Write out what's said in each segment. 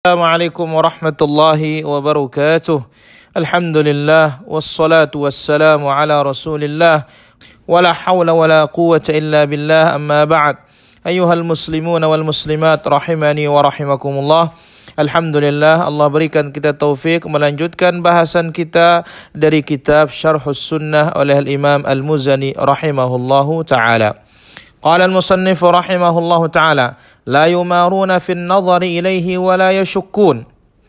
Assalamualaikum warahmatullahi wabarakatuh. Alhamdulillah wassalatu wassalamu ala Rasulillah wala haula wala quwwata illa billah, amma ba'd. Ayyuhal muslimuna wal muslimat rahimani wa rahimakumullah. Alhamdulillah, Allah berikan kita taufik melanjutkan bahasan kita dari kitab Syarhus Sunnah oleh Imam Al-Muzani rahimahullahu taala. Qala al-musannif rahimahullahu taala, la yumaruna fin nadhari ilaihi wa la yashukkun.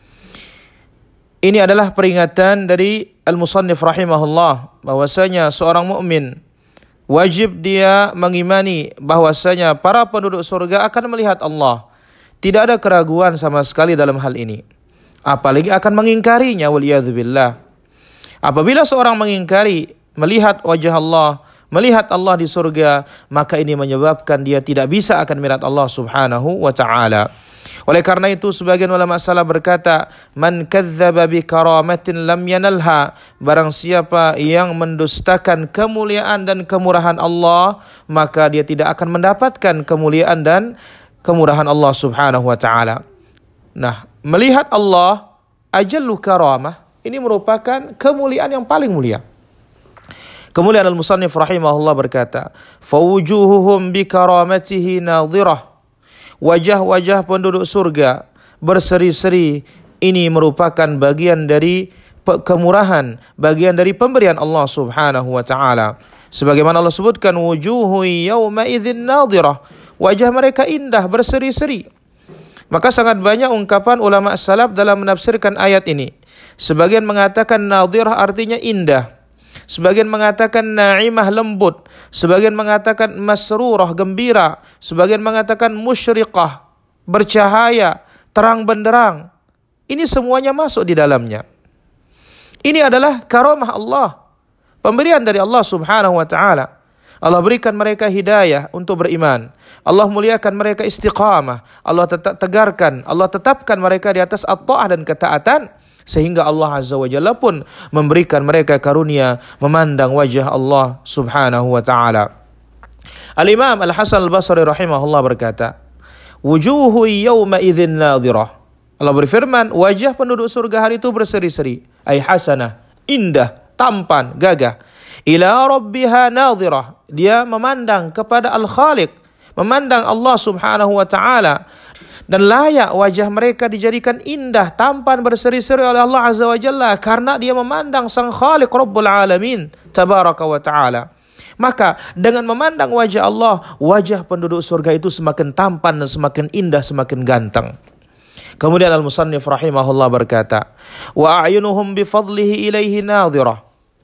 Ini adalah peringatan dari al-musannif rahimahullah bahwasanya seorang mukmin wajib dia mengimani bahwasanya para penduduk surga akan melihat Allah. Tidak ada keraguan sama sekali dalam hal ini. Apalagi akan mengingkarinya, waliyadzubillah. Apabila seorang mengingkari melihat wajah Allah, melihat Allah di surga, maka ini menyebabkan dia tidak bisa akan melihat Allah subhanahu wa ta'ala. Oleh karena itu sebagian ulama salaf berkata, man kadzdzaba bi karamatin lam yanalha, barang siapa yang mendustakan kemuliaan dan kemurahan Allah, maka dia tidak akan mendapatkan kemuliaan dan kemurahan Allah subhanahu wa ta'ala. Nah, melihat Allah ajallu karamah, ini merupakan kemuliaan yang paling mulia. Kemudian al-musannif rahimahullah berkata, fawujuhuhum bi karamatihi nadhirah. Wajah-wajah penduduk surga berseri-seri. Ini merupakan bagian dari kemurahan, bagian dari pemberian Allah subhanahu wa ta'ala. Sebagaimana Allah sebutkan, wujuhu yawma idzin nadhirah. Wajah mereka indah, berseri-seri. Maka sangat banyak ungkapan ulama salaf dalam menafsirkan ayat ini. Sebagian mengatakan nadhirah artinya indah. Sebagian mengatakan na'imah, lembut. Sebagian mengatakan masrurah, gembira. Sebagian mengatakan musyriqah, bercahaya, terang benderang. Ini semuanya masuk di dalamnya. Ini adalah karamah Allah, pemberian dari Allah subhanahu wa ta'ala. Allah berikan mereka hidayah untuk beriman. Allah muliakan mereka istiqamah. Allah tegarkan, Allah tetapkan mereka di atas at-ta'ah dan ketaatan. Sehingga Allah Azza wa Jalla pun memberikan mereka karunia memandang wajah Allah subhanahu wa ta'ala. Al-Imam Al-Hasan Al-Basri rahimahullah berkata, wujuhu yawma idzin nadhirah. Allah berfirman, wajah penduduk surga hari itu berseri-seri. Ay hasanah, indah, tampan, gagah. Ila rabbiha nadhirah. Dia memandang kepada Al-Khaliq, memandang Allah subhanahu wa ta'ala. Dan layak wajah mereka dijadikan indah, tampan, berseri-seri oleh Allah Azza wa Jalla karena dia memandang Sang Khaliq Rabbul Alamin tabaraka wa ta'ala. Maka dengan memandang wajah Allah, wajah penduduk surga itu semakin tampan dan semakin indah, semakin ganteng. Kemudian al-musannif rahimahullah berkata, wa a'yunuhum bifadlihi ilaihi nadhirah.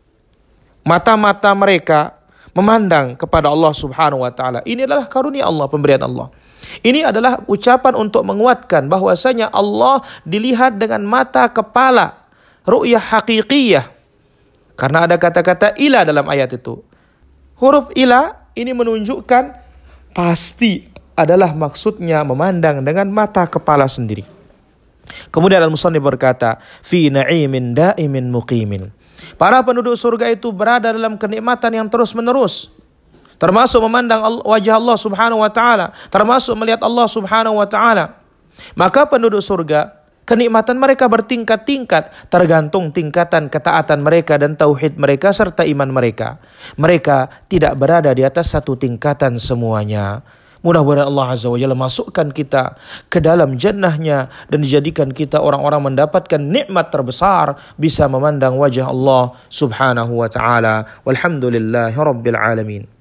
Mata-mata mereka memandang kepada Allah subhanahu wa ta'ala. Ini adalah karunia Allah, pemberian Allah. Ini adalah ucapan untuk menguatkan bahwasanya Allah dilihat dengan mata kepala, ru'yah haqiqiyah. Karena ada kata-kata ila dalam ayat itu. Huruf ila ini menunjukkan pasti adalah maksudnya memandang dengan mata kepala sendiri. Kemudian al-musannif berkata, fi na'imin da'imin muqimin. Para penduduk surga itu berada dalam kenikmatan yang terus-menerus. Termasuk memandang wajah Allah subhanahu wa ta'ala. Termasuk melihat Allah subhanahu wa ta'ala. Maka penduduk surga, kenikmatan mereka bertingkat-tingkat. Tergantung tingkatan ketaatan mereka dan tauhid mereka serta iman mereka. Mereka tidak berada di atas satu tingkatan semuanya. Mudah-mudahan Allah Azza wa Jalla masukkan kita ke dalam jannahnya dan dijadikan kita orang-orang mendapatkan nikmat terbesar, bisa memandang wajah Allah subhanahu wa ta'ala. Walhamdulillahi rabbil alamin.